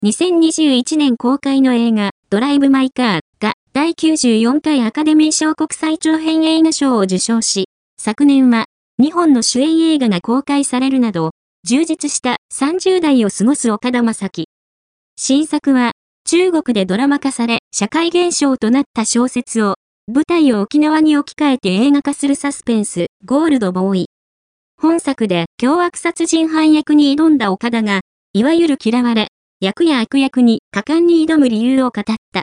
2021年公開の映画、ドライブ・マイ・カーが第94回アカデミー賞国際長編映画賞を受賞し、昨年は2本の主演映画が公開されるなど、充実した30代を過ごす岡田将生。新作は中国でドラマ化され社会現象となった小説を舞台を沖縄に置き換えて映画化するサスペンス、ゴールドボーイ。本作で凶悪殺人犯役に挑んだ岡田が、いわゆる嫌われ、役や悪役に果敢に挑む理由を語った。